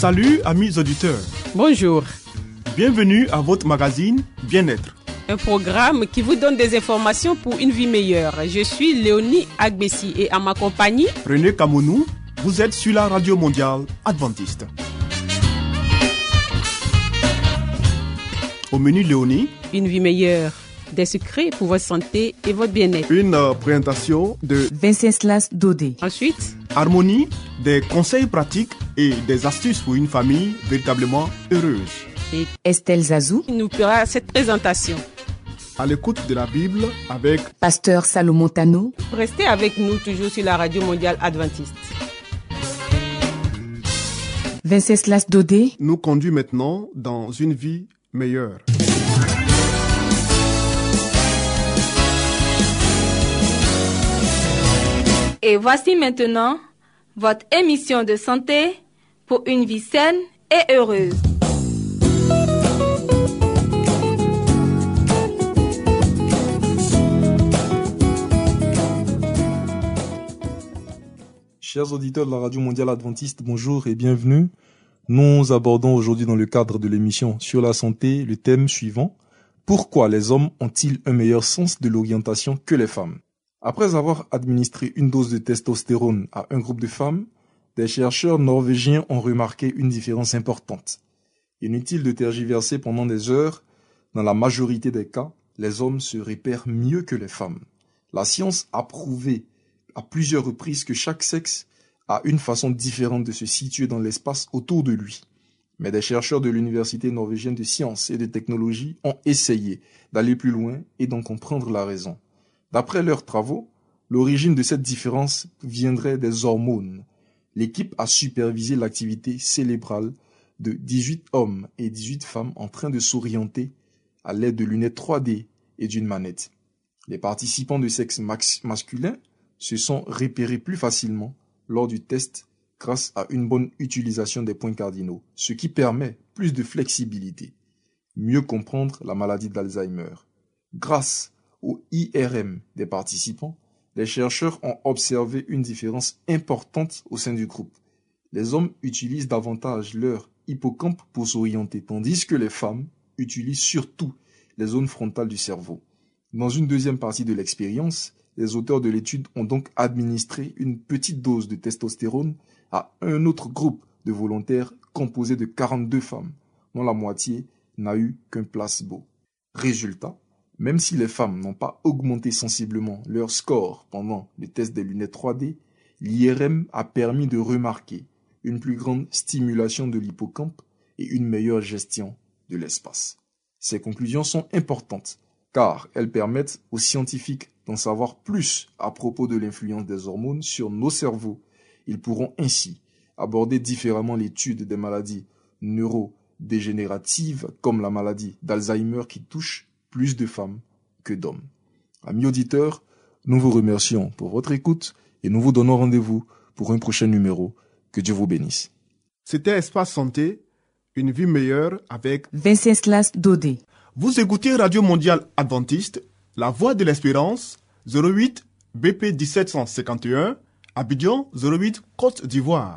Salut amis auditeurs. Bonjour. Bienvenue à votre magazine Bien-être. Un programme qui vous donne des informations pour une vie meilleure. Je suis Léonie Agbessi et à ma compagnie, René Kamounou, vous êtes sur la Radio Mondiale Adventiste. Au menu Léonie, une vie meilleure, des secrets pour votre santé et votre bien-être. Une présentation de Venceslas Dodé. Ensuite, Harmonie, des conseils pratiques et des astuces pour une famille véritablement heureuse. Et Estelle Zazou nous fera cette présentation. À l'écoute de la Bible avec Pasteur Salomon Tano. Restez avec nous toujours sur la Radio Mondiale Adventiste. Venceslas Dodé nous conduit maintenant dans une vie meilleure. Et voici maintenant votre émission de santé pour une vie saine et heureuse. Chers auditeurs de la Radio Mondiale Adventiste, bonjour et bienvenue. Nous abordons aujourd'hui dans le cadre de l'émission sur la santé le thème suivant. Pourquoi les hommes ont-ils un meilleur sens de l'orientation que les femmes ? Après avoir administré une dose de testostérone à un groupe de femmes, des chercheurs norvégiens ont remarqué une différence importante. Inutile de tergiverser pendant des heures, dans la majorité des cas, les hommes se repèrent mieux que les femmes. La science a prouvé à plusieurs reprises que chaque sexe a une façon différente de se situer dans l'espace autour de lui. Mais des chercheurs de l'Université norvégienne de sciences et de technologie ont essayé d'aller plus loin et d'en comprendre la raison. D'après leurs travaux, l'origine de cette différence viendrait des hormones. L'équipe a supervisé l'activité cérébrale de 18 hommes et 18 femmes en train de s'orienter à l'aide de lunettes 3D et d'une manette. Les participants de sexe masculin se sont repérés plus facilement lors du test grâce à une bonne utilisation des points cardinaux, ce qui permet plus de flexibilité. Mieux comprendre la maladie d'Alzheimer. Grâce au IRM des participants, les chercheurs ont observé une différence importante au sein du groupe. Les hommes utilisent davantage leur hippocampe pour s'orienter, tandis que les femmes utilisent surtout les zones frontales du cerveau. Dans une deuxième partie de l'expérience, les auteurs de l'étude ont donc administré une petite dose de testostérone à un autre groupe de volontaires composé de 42 femmes, dont la moitié n'a eu qu'un placebo. Résultat, même si les femmes n'ont pas augmenté sensiblement leur score pendant le test des lunettes 3D, l'IRM a permis de remarquer une plus grande stimulation de l'hippocampe et une meilleure gestion de l'espace. Ces conclusions sont importantes car elles permettent aux scientifiques d'en savoir plus à propos de l'influence des hormones sur nos cerveaux. Ils pourront ainsi aborder différemment l'étude des maladies neurodégénératives comme la maladie d'Alzheimer qui touche plus de femmes que d'hommes. Amis auditeurs, nous vous remercions pour votre écoute et nous vous donnons rendez-vous pour un prochain numéro. Que Dieu vous bénisse. C'était Espace Santé, une vie meilleure avec Venceslas Dodé. Vous écoutez Radio Mondiale Adventiste, La Voix de l'Espérance, 08 BP 1751, Abidjan 08 Côte d'Ivoire.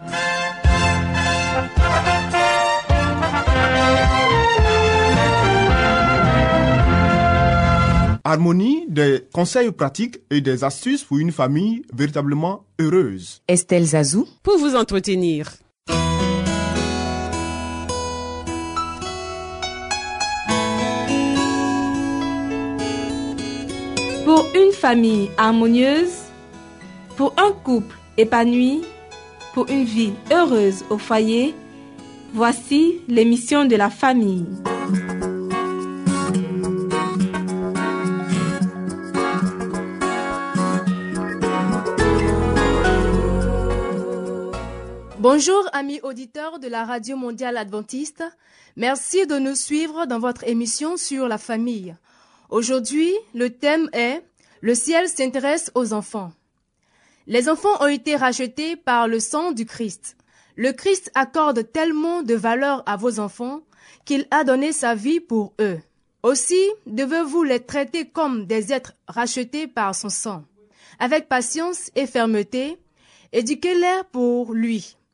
Harmonie, des conseils pratiques et des astuces pour une famille véritablement heureuse. Estelle Zazou Pour vous entretenir. Pour une famille harmonieuse, pour un couple épanoui, pour une vie heureuse au foyer, voici l'émission de la famille. Bonjour amis auditeurs de la Radio Mondiale Adventiste, merci de nous suivre dans votre émission sur la famille. Aujourd'hui, le thème est « Le ciel s'intéresse aux enfants ». Les enfants ont été rachetés par le sang du Christ. Le Christ accorde tellement de valeur à vos enfants qu'il a donné sa vie pour eux. Aussi, devez-vous les traiter comme des êtres rachetés par son sang. Avec patience et fermeté, éduquez-les pour lui.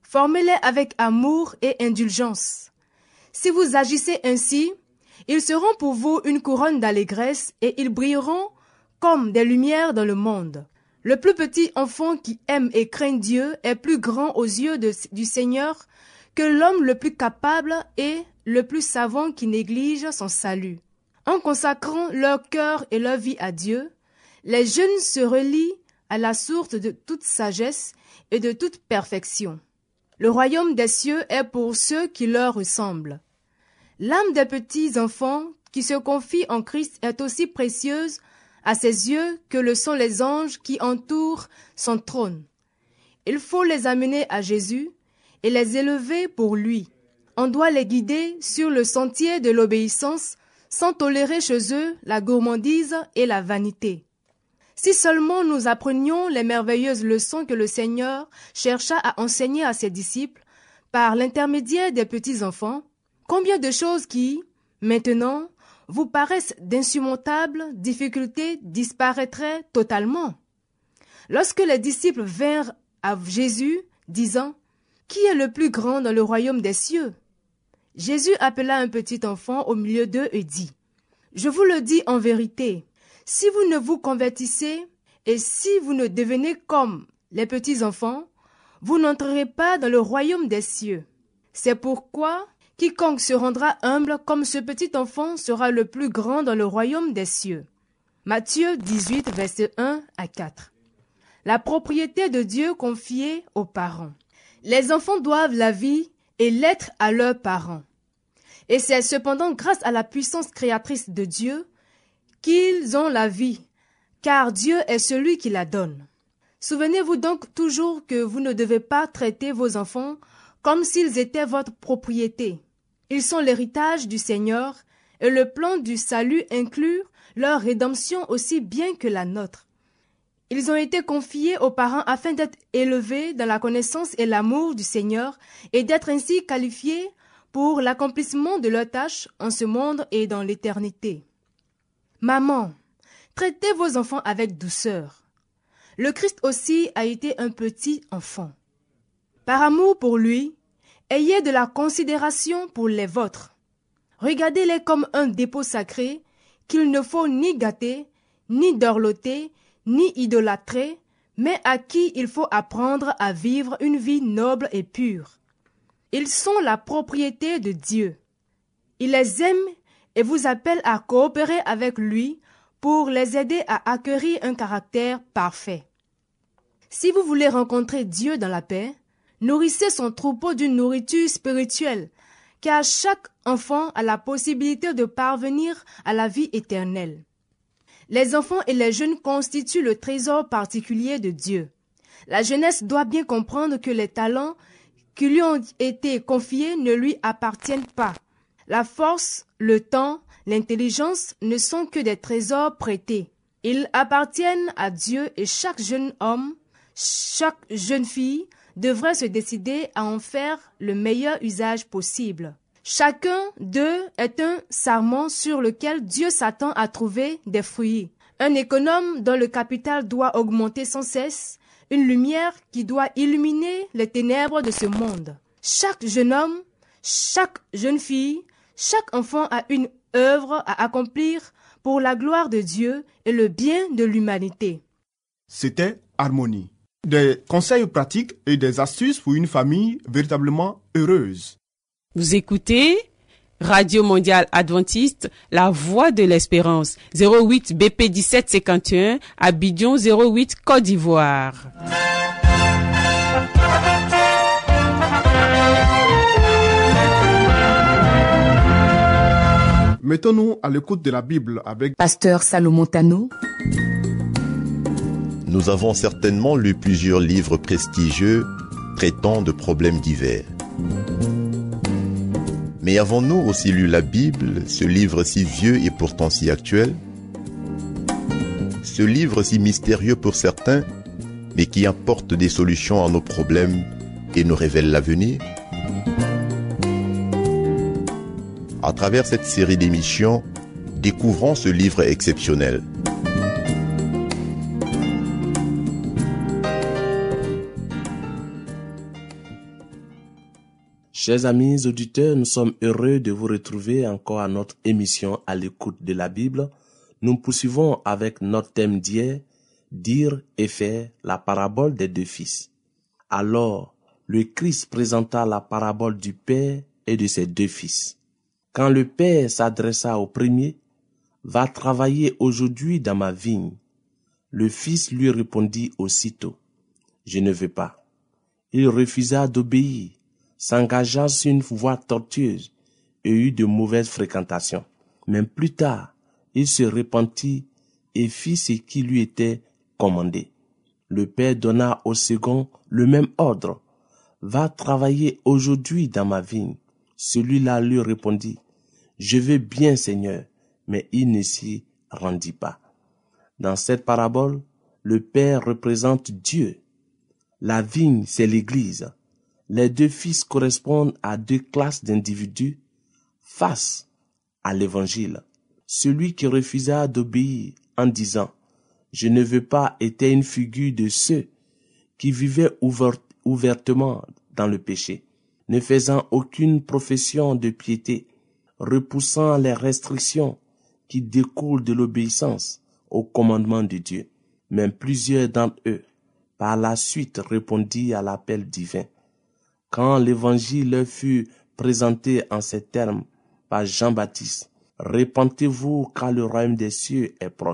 Formez-les avec amour et indulgence. Si vous agissez ainsi, ils seront pour vous une couronne d'allégresse et ils brilleront comme des lumières dans le monde. Le plus petit enfant qui aime et craint Dieu est plus grand aux yeux du Seigneur que l'homme le plus capable et le plus savant qui néglige son salut. En consacrant leur cœur et leur vie à Dieu, les jeunes se relient à la source de toute sagesse et de toute perfection. Le royaume des cieux est pour ceux qui leur ressemblent. L'âme des petits enfants qui se confient en Christ est aussi précieuse à ses yeux que le sont les anges qui entourent son trône. Il faut les amener à Jésus et les élever pour lui. On doit les guider sur le sentier de l'obéissance sans tolérer chez eux la gourmandise et la vanité. Si seulement nous apprenions les merveilleuses leçons que le Seigneur chercha à enseigner à ses disciples par l'intermédiaire des petits-enfants, combien de choses qui, maintenant, vous paraissent d'insurmontables difficultés disparaîtraient totalement. Lorsque les disciples vinrent à Jésus, disant « Qui est le plus grand dans le royaume des cieux ?» Jésus appela un petit enfant au milieu d'eux et dit « Je vous le dis en vérité, si vous ne vous convertissez et si vous ne devenez comme les petits enfants, vous n'entrerez pas dans le royaume des cieux. C'est pourquoi quiconque se rendra humble comme ce petit enfant sera le plus grand dans le royaume des cieux. » Matthieu 18, versets 1 à 4. La propriété de Dieu confiée aux parents. Les enfants doivent la vie et l'être à leurs parents. Et c'est cependant grâce à la puissance créatrice de Dieu qu'ils ont la vie, car Dieu est celui qui la donne. Souvenez-vous donc toujours que vous ne devez pas traiter vos enfants comme s'ils étaient votre propriété. Ils sont l'héritage du Seigneur et le plan du salut inclut leur rédemption aussi bien que la nôtre. Ils ont été confiés aux parents afin d'être élevés dans la connaissance et l'amour du Seigneur et d'être ainsi qualifiés pour l'accomplissement de leurs tâches en ce monde et dans l'éternité. Maman, traitez vos enfants avec douceur. Le Christ aussi a été un petit enfant. Par amour pour lui, ayez de la considération pour les vôtres. Regardez-les comme un dépôt sacré qu'il ne faut ni gâter, ni dorloter, ni idolâtrer, mais à qui il faut apprendre à vivre une vie noble et pure. Ils sont la propriété de Dieu. Il les aime et vous appelle à coopérer avec lui pour les aider à acquérir un caractère parfait. Si vous voulez rencontrer Dieu dans la paix, nourrissez son troupeau d'une nourriture spirituelle, car chaque enfant a la possibilité de parvenir à la vie éternelle. Les enfants et les jeunes constituent le trésor particulier de Dieu. La jeunesse doit bien comprendre que les talents qui lui ont été confiés ne lui appartiennent pas. La force, le temps, l'intelligence ne sont que des trésors prêtés. Ils appartiennent à Dieu et chaque jeune homme, chaque jeune fille devrait se décider à en faire le meilleur usage possible. Chacun d'eux est un sarment sur lequel Dieu s'attend à trouver des fruits. Un économe dont le capital doit augmenter sans cesse, une lumière qui doit illuminer les ténèbres de ce monde. Chaque jeune homme, chaque jeune fille, chaque enfant a une œuvre à accomplir pour la gloire de Dieu et le bien de l'humanité. C'était Harmonie. Des conseils pratiques et des astuces pour une famille véritablement heureuse. Vous écoutez Radio Mondiale Adventiste, la voix de l'espérance, 08 BP 1751, Abidjan 08, Côte d'Ivoire. Mettons-nous à l'écoute de la Bible avec Pasteur Salomon Tano. Nous avons certainement lu plusieurs livres prestigieux traitant de problèmes divers. Mais avons-nous aussi lu la Bible, ce livre si vieux et pourtant si actuel? Ce livre si mystérieux pour certains, mais qui apporte des solutions à nos problèmes et nous révèle l'avenir? À travers cette série d'émissions, découvrons ce livre exceptionnel. Chers amis auditeurs, nous sommes heureux de vous retrouver encore à notre émission à l'écoute de la Bible. Nous poursuivons avec notre thème d'hier, dire et faire la parabole des deux fils. Alors, le Christ présenta la parabole du Père et de ses deux fils. Quand le Père s'adressa au premier, « Va travailler aujourd'hui dans ma vigne », le fils lui répondit aussitôt, « Je ne veux pas ». Il refusa d'obéir, s'engagea sur une voie tortueuse et eut de mauvaises fréquentations. Mais plus tard, il se repentit et fit ce qui lui était commandé. Le Père donna au second le même ordre. « Va travailler aujourd'hui dans ma vigne ». Celui-là lui répondit, « Je veux bien, Seigneur », mais il ne s'y rendit pas. Dans cette parabole, le Père représente Dieu. La vigne, c'est l'Église. Les deux fils correspondent à deux classes d'individus face à l'Évangile. Celui qui refusa d'obéir en disant « Je ne veux pas » était une figure de ceux qui vivaient ouvertement dans le péché, ne faisant aucune profession de piété, repoussant les restrictions qui découlent de l'obéissance au commandement de Dieu. Même plusieurs d'entre eux, par la suite, répondirent à l'appel divin. Quand l'évangile leur fut présenté en ces termes par Jean-Baptiste, « Repentez-vous car le royaume des cieux est proche ».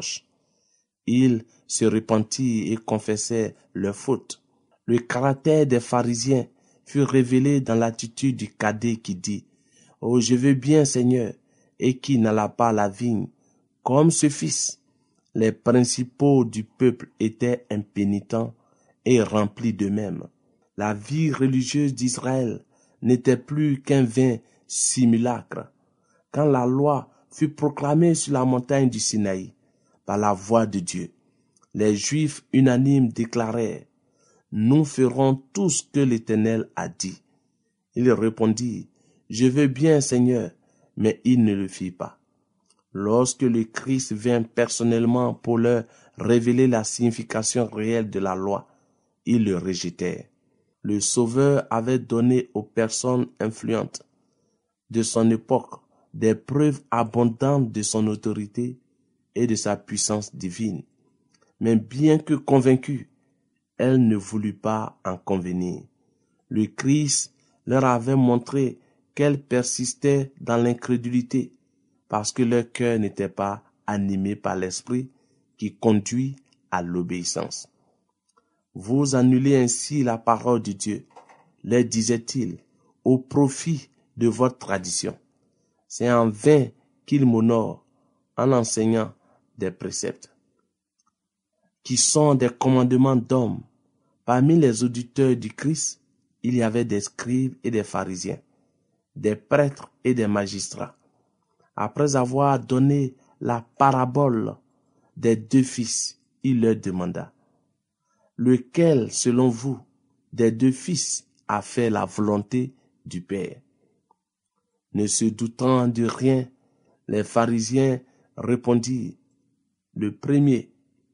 Ils se repentirent et confessaient leurs fautes. Le caractère des pharisiens fut révélé dans l'attitude du cadet qui dit « Oh, je veux bien, Seigneur », et qui n'alla pas à la vigne, comme ce fils. Les principaux du peuple étaient impénitents et remplis d'eux-mêmes. La vie religieuse d'Israël n'était plus qu'un vain simulacre. Quand la loi fut proclamée sur la montagne du Sinaï par la voix de Dieu, les Juifs unanimes déclarèrent « Nous ferons tout ce que l'Éternel a dit ». Il répondit « Je veux bien, Seigneur », mais il ne le fit pas. Lorsque le Christ vint personnellement pour leur révéler la signification réelle de la loi, ils le rejetèrent. Le Sauveur avait donné aux personnes influentes de son époque des preuves abondantes de son autorité et de sa puissance divine. Mais bien que convaincue, elle ne voulut pas en convenir. Le Christ leur avait montré qu'elle persistait dans l'incrédulité parce que leur cœur n'était pas animé par l'esprit qui conduit à l'obéissance. Vous annulez ainsi la parole de Dieu, leur disait-il, au profit de votre tradition. C'est en vain qu'ils m'honorent en enseignant des préceptes qui sont des commandements d'hommes. Parmi les auditeurs du Christ, il y avait des scribes et des pharisiens, des prêtres et des magistrats. Après avoir donné la parabole des deux fils, il leur demanda « Lequel, selon vous, des deux fils a fait la volonté du Père ?» Ne se doutant de rien, les pharisiens répondirent « Le premier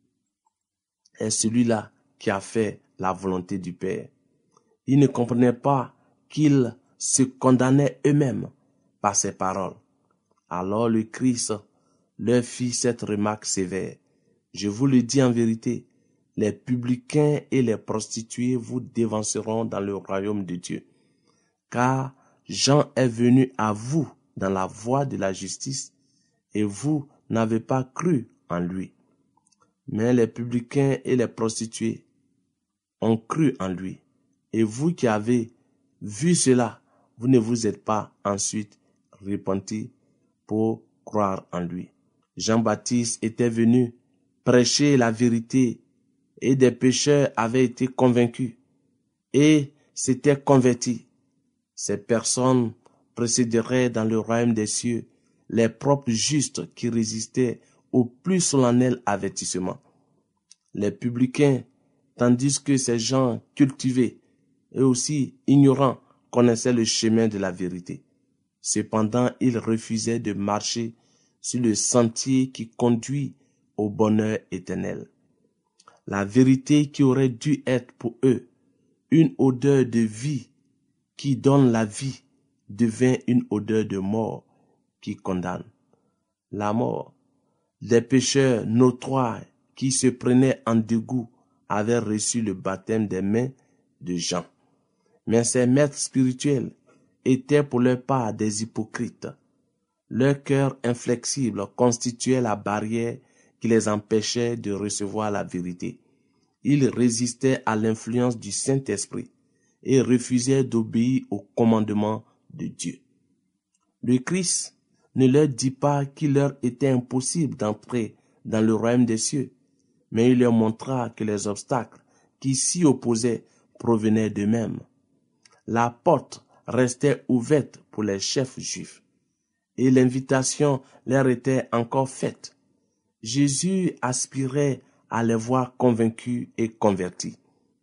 est celui-là qui a fait la volonté du Père. » Ils ne comprenaient pas qu'ils se condamnaient eux-mêmes par ces paroles. Alors le Christ leur fit cette remarque sévère. « Je vous le dis en vérité, les publicains et les prostituées vous dévanceront dans le royaume de Dieu. Car Jean est venu à vous dans la voie de la justice, et vous n'avez pas cru en lui. Mais les publicains et les prostituées ont cru en lui. Et vous qui avez vu cela, vous ne vous êtes pas ensuite repentis pour croire en lui. » Jean-Baptiste était venu prêcher la vérité et des pécheurs avaient été convaincus et s'étaient convertis. Ces personnes précéderaient dans le royaume des cieux les propres justes qui résistaient au plus solennel avertissement. Les publicains, tandis que ces gens cultivés et aussi ignorants connaissaient le chemin de la vérité. Cependant, ils refusaient de marcher sur le sentier qui conduit au bonheur éternel. La vérité qui aurait dû être pour eux une odeur de vie qui donne la vie devint une odeur de mort qui condamne. La mort. Des pécheurs notoires qui se prenaient en dégoût avaient reçu le baptême des mains de Jean. Mais ces maîtres spirituels étaient pour leur part des hypocrites. Leur cœur inflexible constituait la barrière qui les empêchait de recevoir la vérité. Ils résistaient à l'influence du Saint-Esprit et refusaient d'obéir au commandement de Dieu. Le Christ ne leur dit pas qu'il leur était impossible d'entrer dans le royaume des cieux, mais il leur montra que les obstacles qui s'y opposaient provenaient d'eux-mêmes. La porte restait ouverte pour les chefs juifs, et l'invitation leur était encore faite. Jésus aspirait à les voir convaincus et convertis.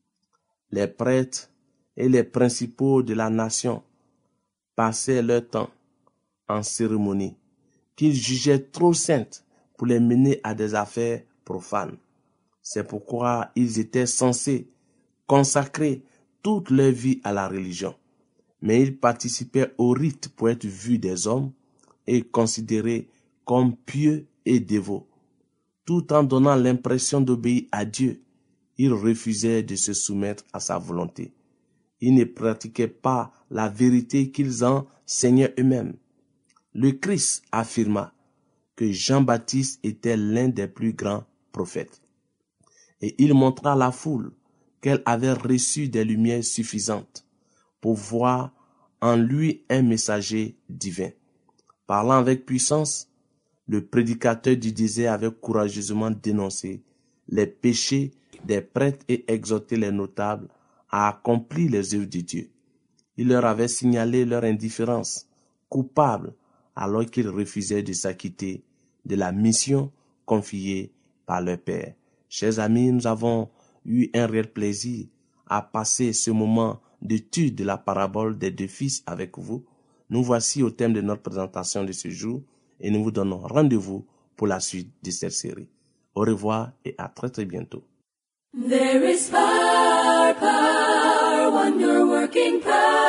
Les prêtres et les principaux de la nation passaient leur temps en cérémonie, qu'ils jugeaient trop saintes pour les mener à des affaires profanes. C'est pourquoi ils étaient censés consacrer toute leur vie à la religion. Mais ils participaient au rite pour être vus des hommes et considérés comme pieux et dévots. Tout en donnant l'impression d'obéir à Dieu, ils refusaient de se soumettre à sa volonté. Ils ne pratiquaient pas la vérité qu'ils enseignaient eux-mêmes. Le Christ affirma que Jean-Baptiste était l'un des plus grands prophètes. Et il montra à la foule qu'elle avait reçu des lumières suffisantes pour voir en lui un messager divin. Parlant avec puissance, le prédicateur du désert avait courageusement dénoncé les péchés des prêtres et exhorté les notables à accomplir les œuvres de Dieu. Il leur avait signalé leur indifférence coupable alors qu'ils refusaient de s'acquitter de la mission confiée par leur Père. Chers amis, nous avons eu un réel plaisir à passer ce moment d'étude de la parabole des deux fils avec vous. Nous voici au thème de notre présentation de ce jour et nous vous donnons rendez-vous pour la suite de cette série. Au revoir et à très très bientôt. There is power, power, wonder-working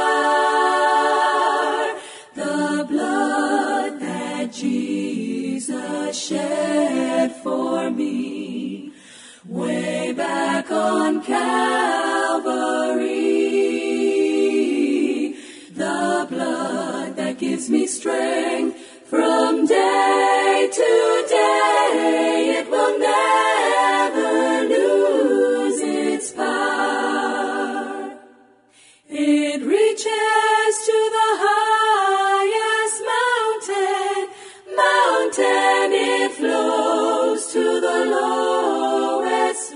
power, the blood that Jesus shed for me, way back on Calvary, the blood that gives me strength from day to day, it will never lose its power. It reaches to the highest mountain, it flows to the lowest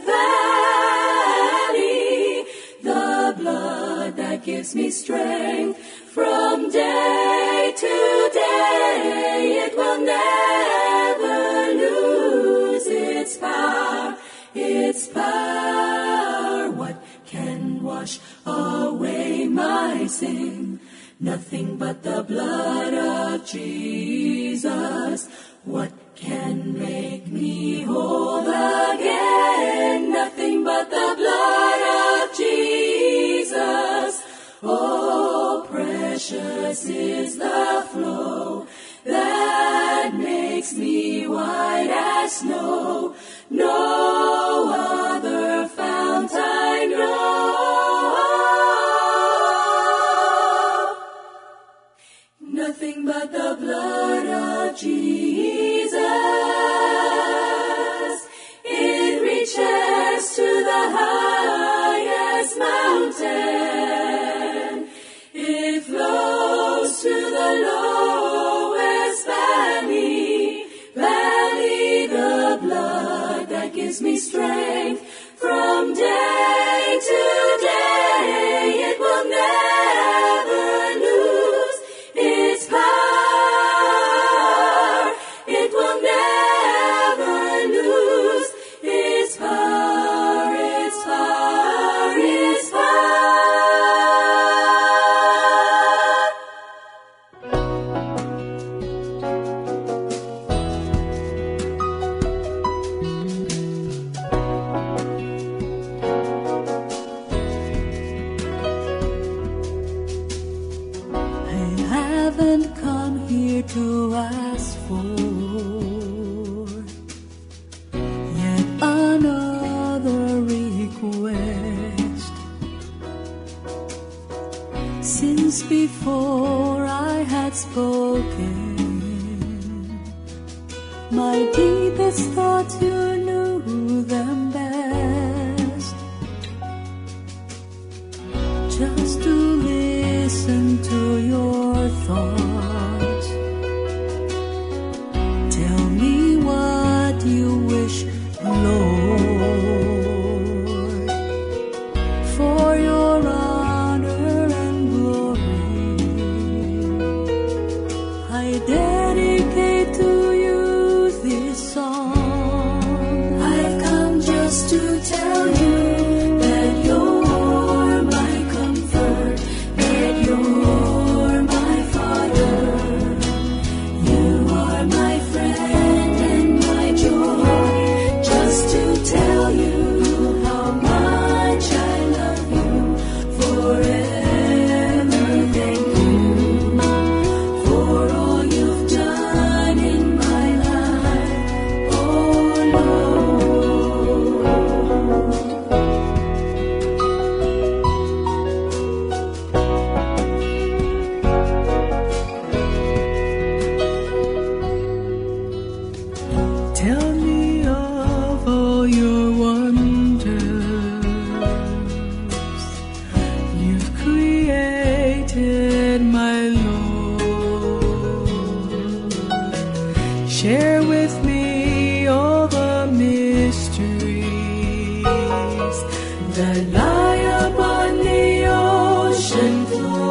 valley. The blood that gives me strength from day to day, it will never lose its power. Its power, what can wash away my sin? Nothing but the blood of Jesus. What can make me whole again? Nothing but the blood of Jesus. Oh, precious is the flow that makes me white as snow. No other fount I know. Nothing but the blood of Jesus. It reaches to the highest mountain. It flows to the lowest valley. Valley, the blood that gives me strength from day to day. It will never lose its power. It will never lose its power. Its power. Its power. things before I had spoken. My deepest thoughts, you knew them best. Just to listen to your thoughts. Tell me what you wish, Lord, for your honor and glory. I dedicate to you this song. I've come just to tell you that you're my comfort, that you're my Father. You are my friend and my joy. Just to tell you how much I love you forever. Thank you for all you've done in my life, oh Lord. Tell me of all your wonders you've created, my Lord. Share with me all the mysteries that lie upon the ocean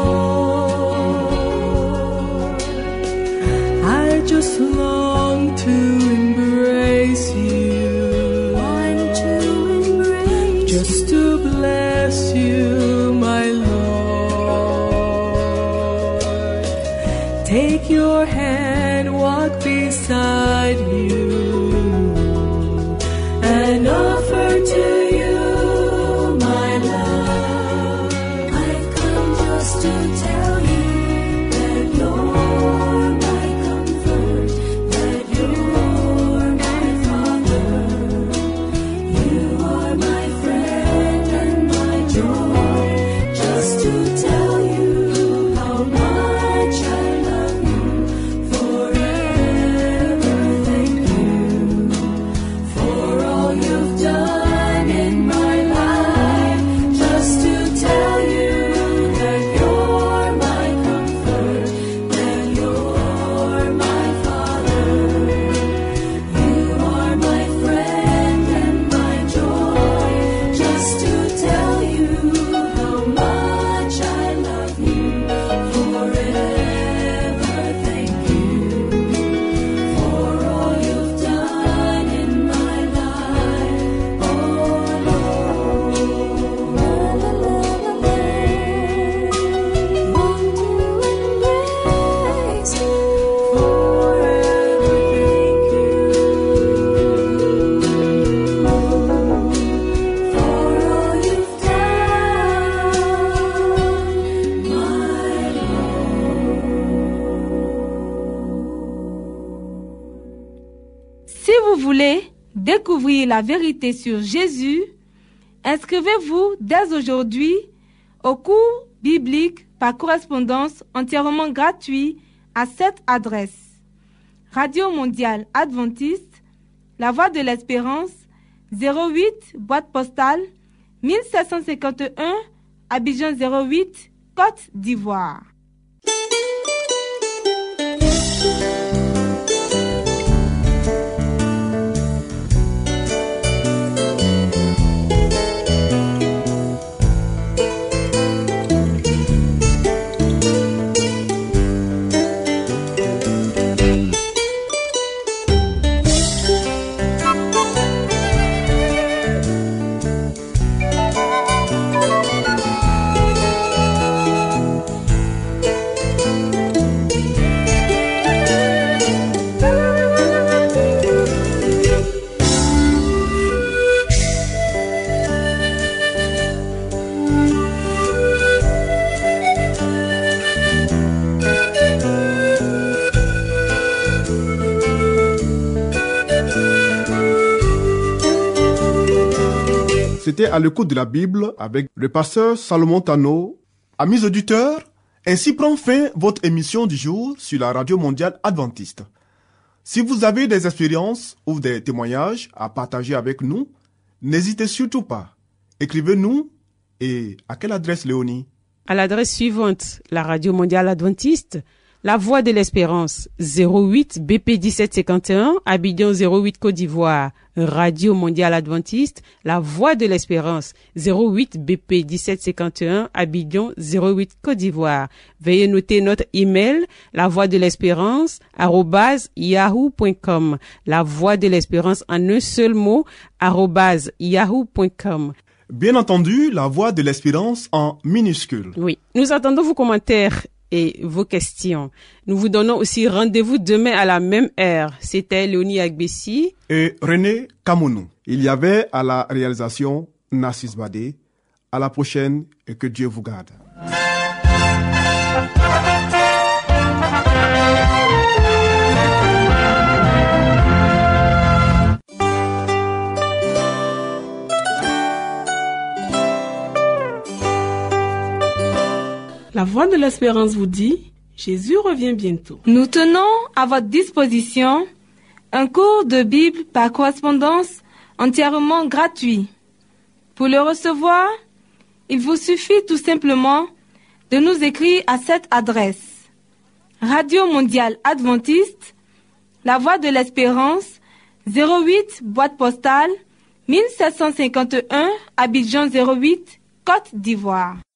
floor. I just long to embrace you. Want to embrace just to bless you, my Lord. Take your hand, walk beside you, and offer to you my love. I've come just to tell you that you're my comfort, that you're my Father. You are my friend and my joy. Just to tell you how much I love you forever. Thank you for all you've done in my life. Just to tell you that you're my comfort, that you're my Father. You are my friend and my joy. Just to tell you how much I love you forever. Thank you for all you've done in my life, oh Lord. Want to embrace you forever. Thank you for all you've done, my Si vous voulez découvrir la vérité sur Jésus, inscrivez-vous dès aujourd'hui au cours biblique par correspondance entièrement gratuit à cette adresse: Radio Mondiale Adventiste, La Voix de l'Espérance, 08 boîte postale 1751, Abidjan 08, Côte d'Ivoire. C'était à l'écoute de la Bible avec le pasteur Salomon Tano. Amis auditeurs, Ainsi prend fin votre émission du jour sur la Radio Mondiale Adventiste. Si vous avez des expériences ou des témoignages à partager avec nous, n'hésitez surtout pas. Écrivez-nous et à quelle adresse, Léonie? À l'adresse suivante, la Radio Mondiale Adventiste, La Voix de l'Espérance, 08 BP 1751, Abidjan 08 Côte d'Ivoire. Radio Mondiale Adventiste, La Voix de l'Espérance, 08 BP 1751, Abidjan 08 Côte d'Ivoire. Veuillez noter notre email, lavoixdelespérance @yahoo.com. La Voix de l'Espérance en un seul mot, @yahoo.com. Bien entendu, La Voix de l'Espérance en minuscule. Oui, nous attendons vos commentaires et vos questions. Nous vous donnons aussi rendez-vous demain à la même heure. C'était Léonie Agbessi et René Kamounou. Il y avait à la réalisation Narcisse Badé. À la prochaine et que Dieu vous garde. La Voix de l'Espérance vous dit, Jésus revient bientôt. Nous tenons à votre disposition un cours de Bible par correspondance entièrement gratuit. Pour le recevoir, il vous suffit tout simplement de nous écrire à cette adresse: Radio Mondiale Adventiste, La Voix de l'Espérance, 08 boîte postale 1751, Abidjan 08, Côte d'Ivoire.